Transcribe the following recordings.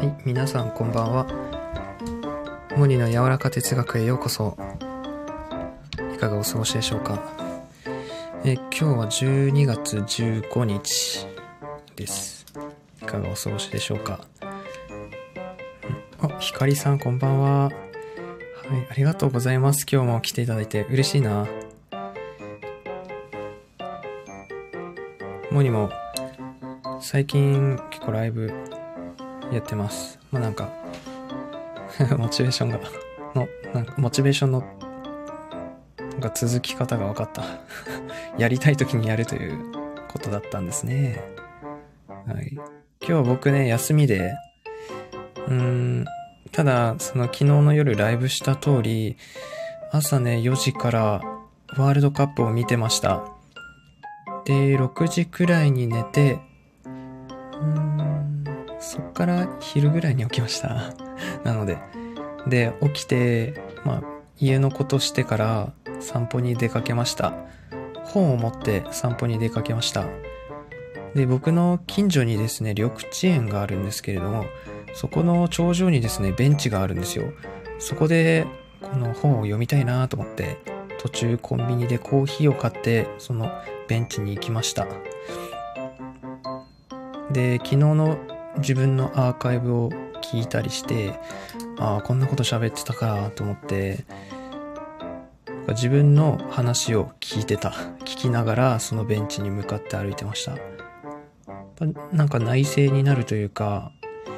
はい、皆さんこんばんは。モニの柔らか哲学へようこそ。いかがお過ごしでしょうか。今日は12月15日です。いかがお過ごしでしょうか。ひかりさんこんばんは。はい、ありがとうございます。今日も来ていただいて嬉しいな。モニも最近結構ライブやってます。なんかモチベーションの続き方が分かったやりたい時にやるということだったんですね。はい。今日僕ね休みで、ただその昨日の夜ライブした通り朝ね4時からワールドカップを見てました。で6時くらいに寝て、そっから昼ぐらいに起きましたなので起きて家のことしてから散歩に出かけました。本を持って散歩に出かけました。で僕の近所にですね緑地園があるんですけれども、そこの頂上にですねベンチがあるんですよ。そこでこの本を読みたいなと思って途中コンビニでコーヒーを買ってそのベンチに行きました。で昨日の自分のアーカイブを聞いたりして、こんなこと喋ってたかと思って自分の話を聞きながらそのベンチに向かって歩いてました。なんか内省になるというか、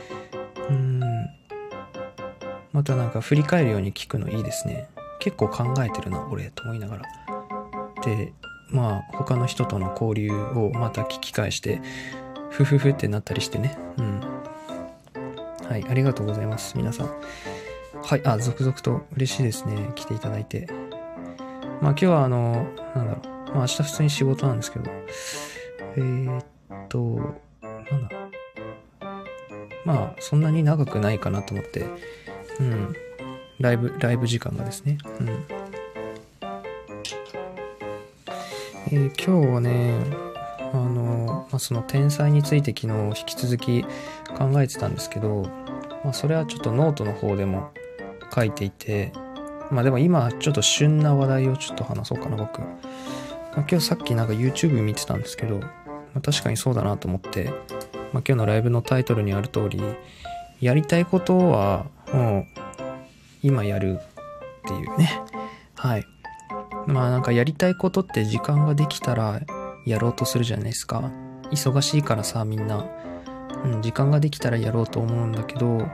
またなんか振り返るように聞くのいいですね。結構考えてるな俺と思いながら。で他の人との交流をまた聞き返してふふふってなったりしてね。はい、ありがとうございます皆さん。はい、続々と嬉しいですね来ていただいて。今日は明日普通に仕事なんですけど、そんなに長くないかなと思って、ライブ時間がですね、今日はね、その天才について昨日引き続き考えてたんですけど、それはちょっとノートの方でも書いていて、でも今ちょっと旬な話題をちょっと話そうかな僕。今日さっきなんか YouTube 見てたんですけど、確かにそうだなと思って、今日のライブのタイトルにある通り、やりたいことはもう今やるっていうね。はい。なんかやりたいことって時間ができたらやろうとするじゃないですか。忙しいからさみんな、時間ができたらやろうと思うんだけど、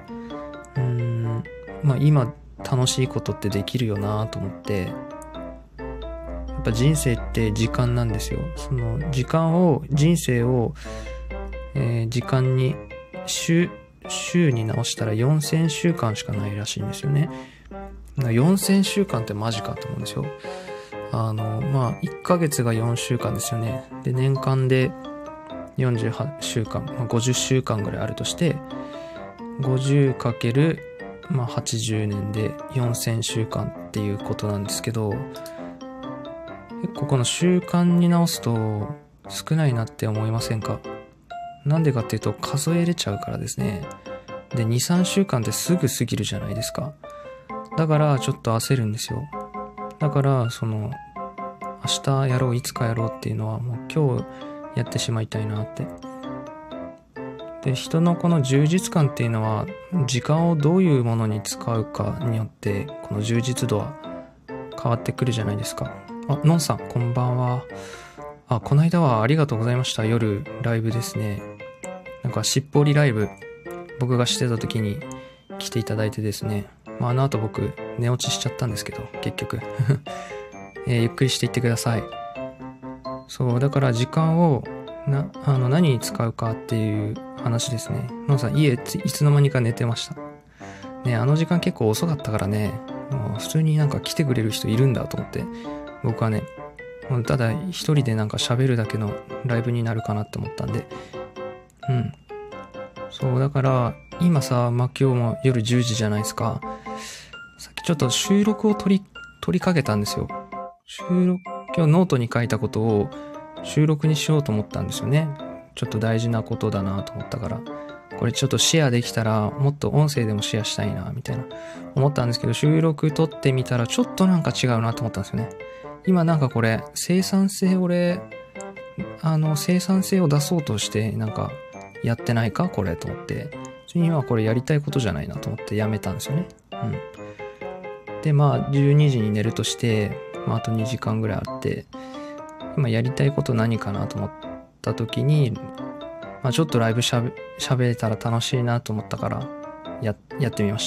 今楽しいことってできるよなと思って、やっぱ人生って時間なんですよ。その人生を、時間に週に直したら4000週間しかないらしいんですよね。4000週間ってマジかと思うんですよ。1ヶ月が4週間ですよね。で年間で48週間、50週間ぐらいあるとして 50× 80年で4000週間っていうことなんですけど、結構この習慣に直すと少ないなって思いませんか？なんでかっていうと数えれちゃうからですね。で 2,3 週間ってすぐ過ぎるじゃないですか。だからちょっと焦るんですよ。だからその明日やろういつかやろうっていうのはもう今日やってしまいたいなって。で人のこの充実感っていうのは時間をどういうものに使うかによってこの充実度は変わってくるじゃないですか。のんさんこんばんは。この間はありがとうございました。夜ライブですね。なんかしっぽりライブ僕がしてた時に来ていただいてですね、あの後僕寝落ちしちゃったんですけど結局ゆっくりしていってください。そうだから時間を何に使うかっていう話ですね。のんさんいつの間にか寝てましたね。あの時間結構遅かったからね、普通になんか来てくれる人いるんだと思って、僕はねただ一人でなんか喋るだけのライブになるかなって思ったんで、そうだから今さ、今日も夜10時じゃないですか。さっきちょっと収録を取りかけたんですよ。今日ノートに書いたことを収録にしようと思ったんですよね。ちょっと大事なことだなと思ったから。 これちょっとシェアできたらもっと音声でもシェアしたいなみたいな思ったんですけど、収録撮ってみたらちょっとなんか違うなと思ったんですよね。今なんかこれ生産性を出そうとしてなんかやってないかこれと思って、今はこれやりたいことじゃないなと思ってやめたんですよね。で12時に寝るとして、あと2時間ぐらいあって、今やりたいこと何かなと思った時に、ちょっとライブ喋れたら楽しいなと思ったからやってみました。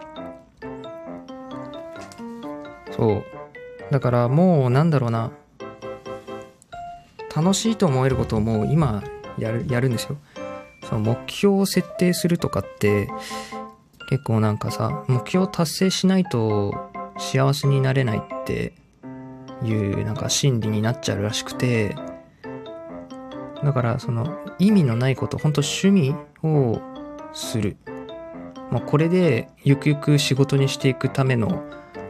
そうだからもうなんだろうな、楽しいと思えることをもう今やるんですよ。その目標を設定するとかって結構なんかさ、目標を達成しないと幸せになれないっていうなんか心理になっちゃうらしくて、だからその意味のないこと、本当趣味をする、これでゆくゆく仕事にしていくための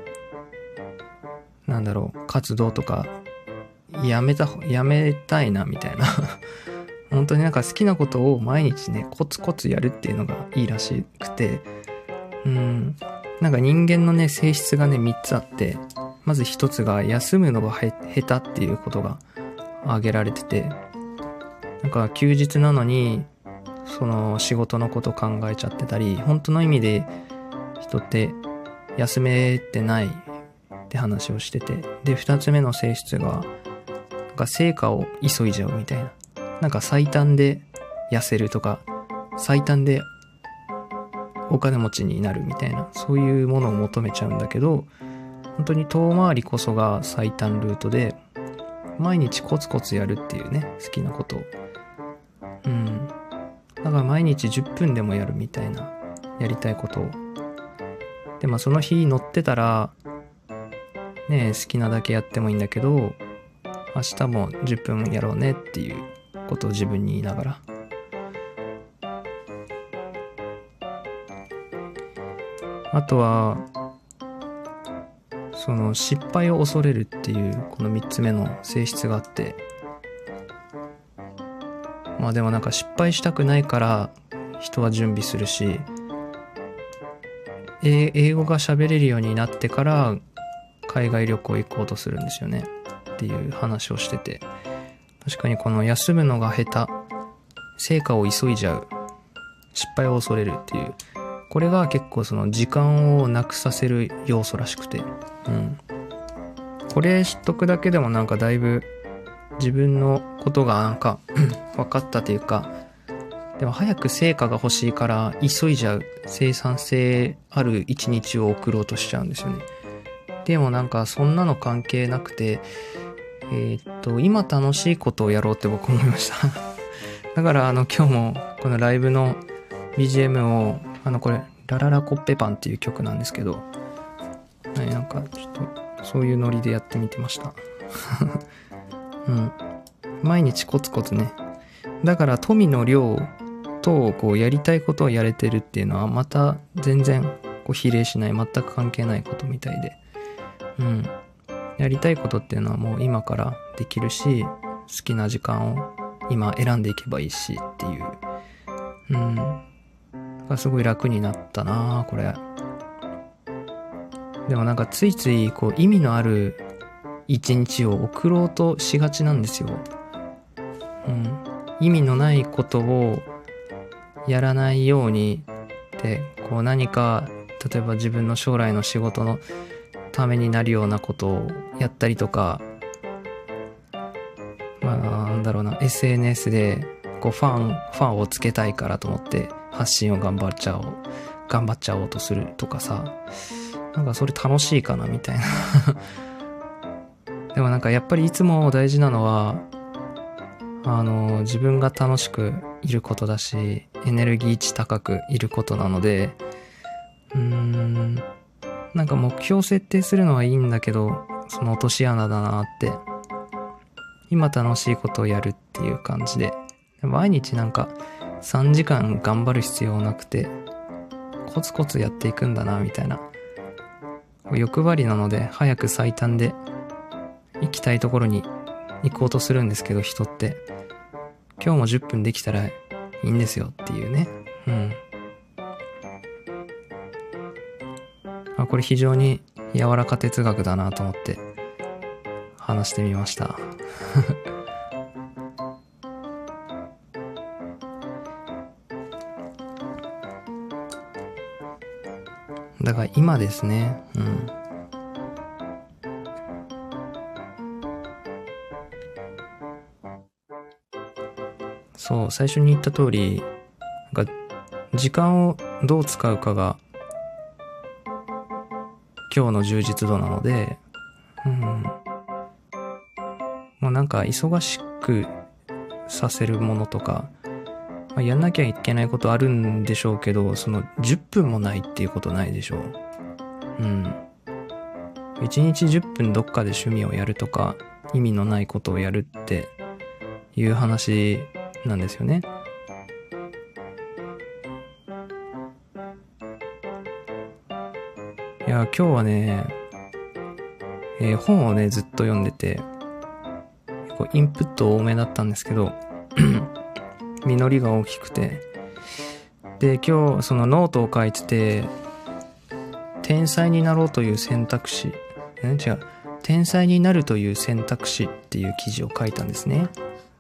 活動とかやめたいなみたいな本当になんか好きなことを毎日ねコツコツやるっていうのがいいらしくて、なんか人間のね性質がね3つあって、まず1つが休むのが下手っていうことが挙げられてて、なんか休日なのにその仕事のこと考えちゃってたり、本当の意味で人って休めてないって話をしてて、で2つ目の性質がなんか成果を急いじゃうみたいな、なんか最短で痩せるとか最短でお金持ちになるみたいな、そういうものを求めちゃうんだけど、本当に遠回りこそが最短ルートで、毎日コツコツやるっていうね、好きなことをだから毎日10分でもやるみたいな、やりたいことをで、その日乗ってたらね、好きなだけやってもいいんだけど、明日も10分やろうねっていうことを自分に言いながら、あとはその失敗を恐れるっていうこの3つ目の性質があって、でもなんか失敗したくないから人は準備するし、英語が喋れるようになってから海外旅行行こうとするんですよねっていう話をしてて、確かにこの休むのが下手、成果を急いじゃう、失敗を恐れるっていう、これが結構その時間をなくさせる要素らしくて、これ知っとくだけでもなんかだいぶ自分のことがなんか分かったというか、でも早く成果が欲しいから急いじゃう、生産性ある一日を送ろうとしちゃうんですよね。でもなんかそんなの関係なくて、今楽しいことをやろうって僕思いましただから今日もこのライブの BGM をこれラララコッペパンっていう曲なんですけど、なんかちょっとそういうノリでやってみてました毎日コツコツね。だから富の量とこうやりたいことをやれてるっていうのはまた全然こう比例しない、全く関係ないことみたいで、やりたいことっていうのはもう今からできるし、好きな時間を今選んでいけばいいしっていう、すごい楽になったなこれ。でもなんかついついこう意味のある一日を送ろうとしがちなんですよ。意味のないことをやらないようにで、こう何か例えば自分の将来の仕事のためになるようなことをやったりとか、SNS でこうファンをつけたいからと思って発信を頑張っちゃおうとするとかさ、なんかそれ楽しいかなみたいなでもなんかやっぱりいつも大事なのは自分が楽しくいることだし、エネルギー値高くいることなので、なんか目標設定するのはいいんだけど、その落とし穴だなって、今楽しいことをやるっていう感じで、毎日なんか3時間頑張る必要なくてコツコツやっていくんだなみたいな、欲張りなので早く最短で行きたいところに行こうとするんですけど、人って今日も10分できたらいいんですよっていうね。これ非常に柔らか哲学だなと思って話してみました。だから今ですね、そう、最初に言った通り、時間をどう使うかが今日の充実度なので、もうなんか忙しくさせるものとか、やんなきゃいけないことあるんでしょうけど、その10分もないっていうことないでしょう。1日10分どっかで趣味をやるとか、意味のないことをやるっていう話なんですよね。いや、今日はね、本をね、ずっと読んでて、インプット多めだったんですけど、実りが大きくて、で、今日そのノートを書いてて、天才になろうという選択肢、天才になるという選択肢っていう記事を書いたんですね。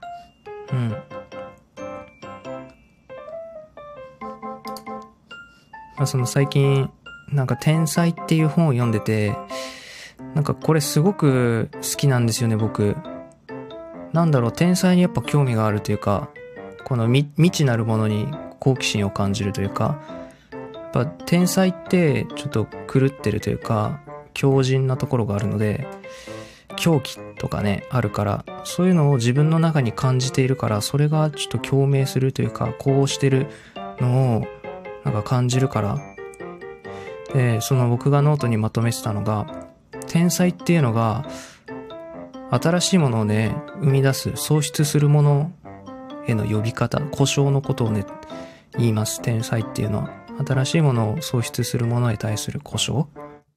その最近、なんか天才っていう本を読んでて、なんかこれすごく好きなんですよね、僕。なんだろう、天才にやっぱ興味があるというか、この未知なるものに好奇心を感じるというか、やっぱ天才ってちょっと狂ってるというか、強靭なところがあるので、狂気とかね、あるから、そういうのを自分の中に感じているから、それがちょっと共鳴するというか、こうしてるのをなんか感じるから。で、その僕がノートにまとめてたのが、天才っていうのが、新しいものをね、生み出す、創出するものへの呼び方、呼称のことをね、言います。天才っていうのは。新しいものを創出するものへ対する呼称。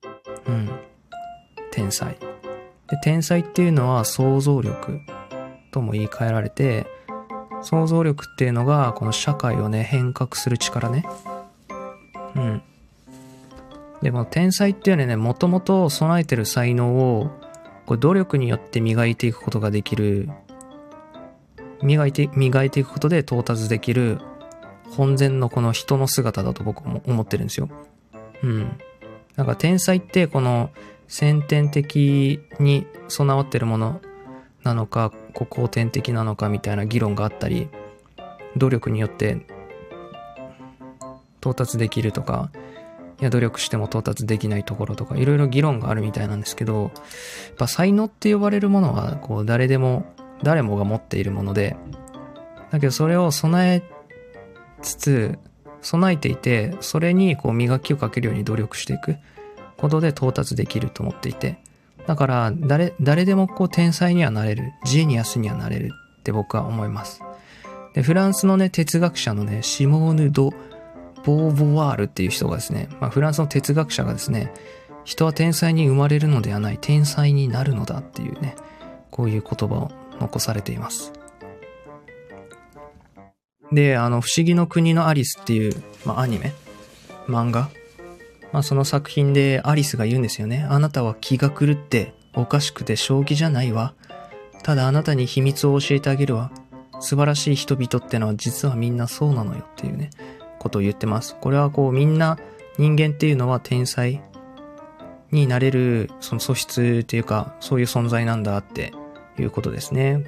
天才。で、天才っていうのは想像力とも言い換えられて、想像力っていうのがこの社会をね、変革する力ね。でも天才っていうのはね、もともと備えてる才能をこれ努力によって磨いていくことができる、磨いていくことで到達できる本然のこの人の姿だと僕も思ってるんですよ。なんか天才ってこの先天的に備わってるものなのか、後天的なのかみたいな議論があったり、努力によって到達できるとか、いや努力しても到達できないところとか、いろいろ議論があるみたいなんですけど、やっぱ才能って呼ばれるものはこう誰もが持っているもので、だけどそれを備えていて、それにこう磨きをかけるように努力していくことで到達できると思っていて、だから誰でもこう天才にはなれる、ジーニアスにはなれるって僕は思います。で、フランスのね、哲学者のね、シモーヌ・ド・ボーヴォワールっていう人がですね、フランスの哲学者がですね、人は天才に生まれるのではない、天才になるのだっていうね、こういう言葉を残されています。で、不思議の国のアリスっていう、アニメ、漫画、その作品でアリスが言うんですよね。あなたは気が狂っておかしくて正気じゃないわ。ただあなたに秘密を教えてあげるわ。素晴らしい人々ってのは実はみんなそうなのよっていうね、ことを言ってます。これはこうみんな人間っていうのは天才になれるその素質っていうかそういう存在なんだっていうことですね。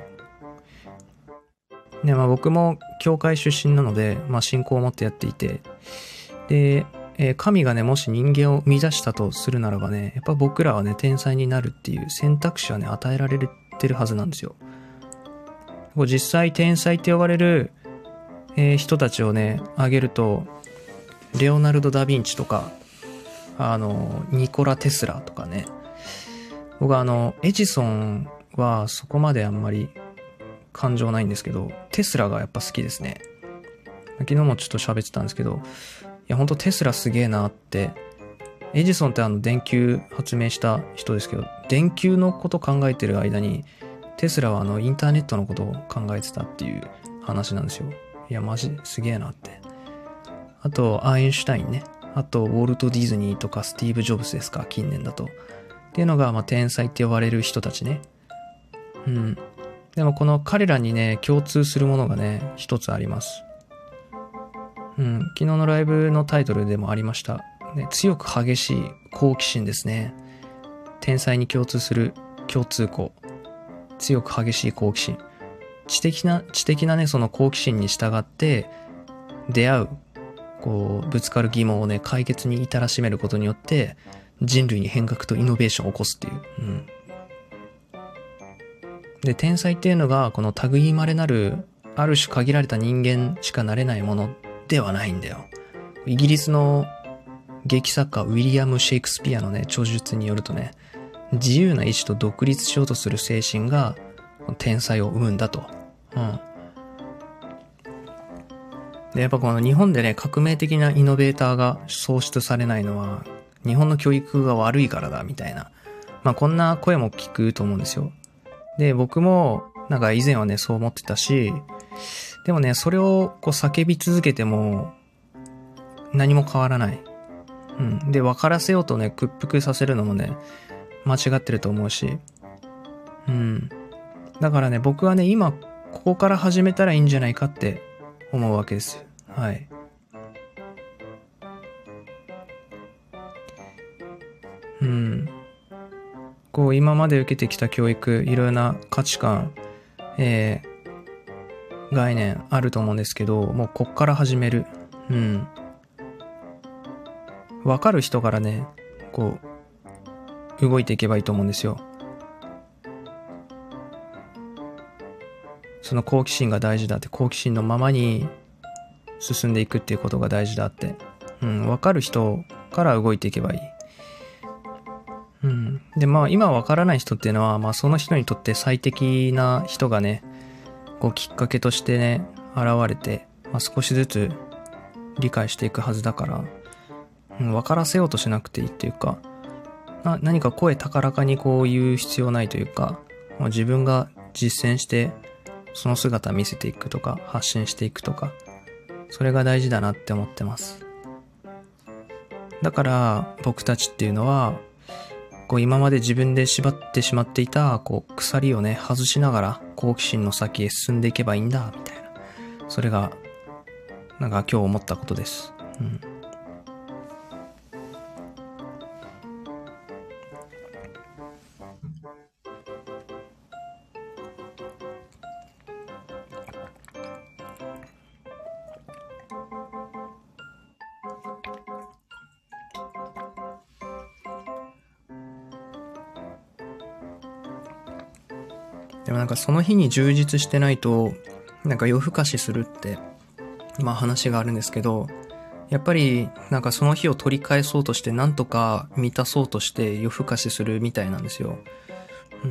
で、僕も教会出身なので、信仰を持ってやっていて、で、神がね、もし人間を生み出したとするならばね、やっぱ僕らはね、天才になるっていう選択肢はね、与えられてるはずなんですよ。実際天才って呼ばれる、人たちをね、挙げると、レオナルド・ダ・ヴィンチとか、ニコラ・テスラとかね。僕エジソンはそこまであんまり感情ないんですけど、テスラがやっぱ好きですね。昨日もちょっと喋ってたんですけど、いや、ほんとテスラすげえなって。エジソンって電球発明した人ですけど、電球のこと考えてる間に、テスラはインターネットのことを考えてたっていう話なんですよ。 いや、マジすげえなって。あと、アインシュタインね。あと、ウォルト・ディズニーとかスティーブ・ジョブズですか、近年だと。っていうのが、まあ、天才って呼ばれる人たちね。うん。でもこの彼らにね、共通するものがね、一つあります。うん。昨日のライブのタイトルでもありました。ね、強く激しい好奇心ですね。天才に共通する共通項。強く激しい好奇心。知的なね、その好奇心に従って出会う、こう、ぶつかる疑問をね、解決に至らしめることによって、人類に変革とイノベーションを起こすっていう。うん。で、天才っていうのが、この類いまれなる、ある種限られた人間しかなれないものではないんだよ。イギリスの劇作家ウィリアム・シェイクスピアのね、著述によるとね、自由な意志と独立しようとする精神が天才を生むんだと。うん。で、やっぱこの日本でね、革命的なイノベーターが創出されないのは、日本の教育が悪いからだ、みたいな。まあこんな声も聞くと思うんですよ。で、僕も、なんか以前はね、そう思ってたし、でもね、それをこう叫び続けても、何も変わらない。うん。で、分からせようとね、屈服させるのもね、間違ってると思うし。うん。だからね、僕はね、今、ここから始めたらいいんじゃないかって思うわけです。はい。うん。こう、今まで受けてきた教育、いろんな価値観、概念あると思うんですけど、もうこっから始める。うん。わかる人からね、こう、動いていけばいいと思うんですよ。その好奇心が大事だって、好奇心のままに進んでいくっていうことが大事だって。うん、わかる人から動いていけばいい。うん。で、まあ今わからない人っていうのは、まあその人にとって最適な人がね、こうきっかけとしてね、現れて、まあ少しずつ理解していくはずだから、うん、分からせようとしなくていいっていうか、何か声高らかにこう言う必要ないというか、もう自分が実践してその姿見せていくとか発信していくとか、それが大事だなって思ってます。だから僕たちっていうのは、こう今まで自分で縛ってしまっていたこう鎖をね外しながら好奇心の先へ進んでいけばいいんだみたいな、それがなんか今日思ったことです。うん。でもなんかその日に充実してないと、なんか夜更かしするって、まあ話があるんですけど、やっぱりなんかその日を取り返そうとしてなんとか満たそうとして夜更かしするみたいなんですよ。うん。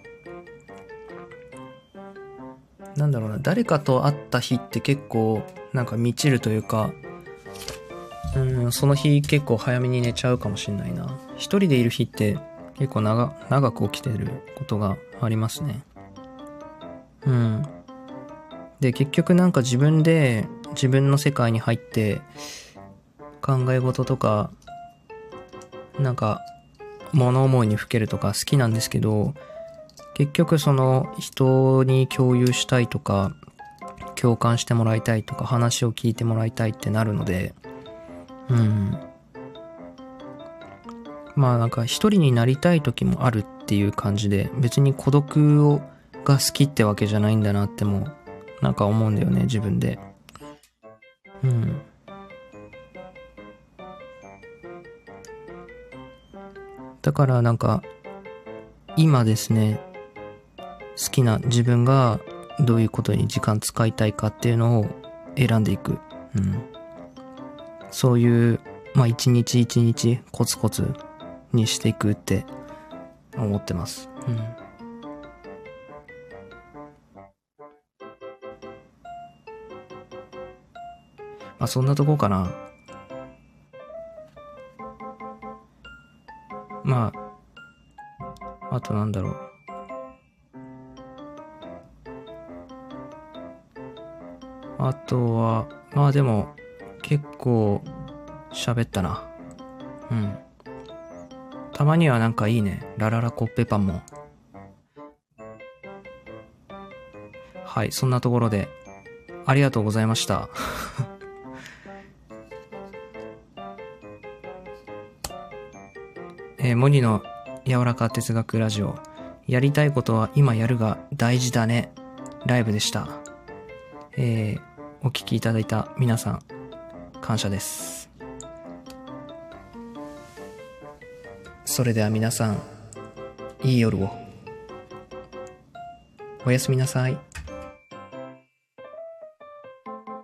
なんだろうな、誰かと会った日って結構なんか満ちるというか、その日結構早めに寝ちゃうかもしんないな。一人でいる日って結構長く起きてることがありますね。うん。で、結局なんか自分で自分の世界に入って考え事とか、なんか物思いにふけるとか好きなんですけど、結局その人に共有したいとか、共感してもらいたいとか、話を聞いてもらいたいってなるので、うん。まあなんか一人になりたい時もあるっていう感じで、別に孤独が好きってわけじゃないんだなっても、なんか思うんだよね、自分で。うん。だからなんか、今ですね、好きな自分がどういうことに時間使いたいかっていうのを選んでいく。うん。そういう、まあ一日一日コツコツにしていくって思ってます。うん。まあそんなとこかな。まあ、あとなんだろう。 あとは、まあでも、結構、喋ったな。うん。たまにはなんかいいね。ラララコッペパンも。はい、そんなところで、ありがとうございました。モニの柔らか哲学ラジオ。やりたいことは今やるが大事だね。ライブでした。お聞きいただいた皆さん、感謝です。それでは皆さん、いい夜を。おやすみなさい。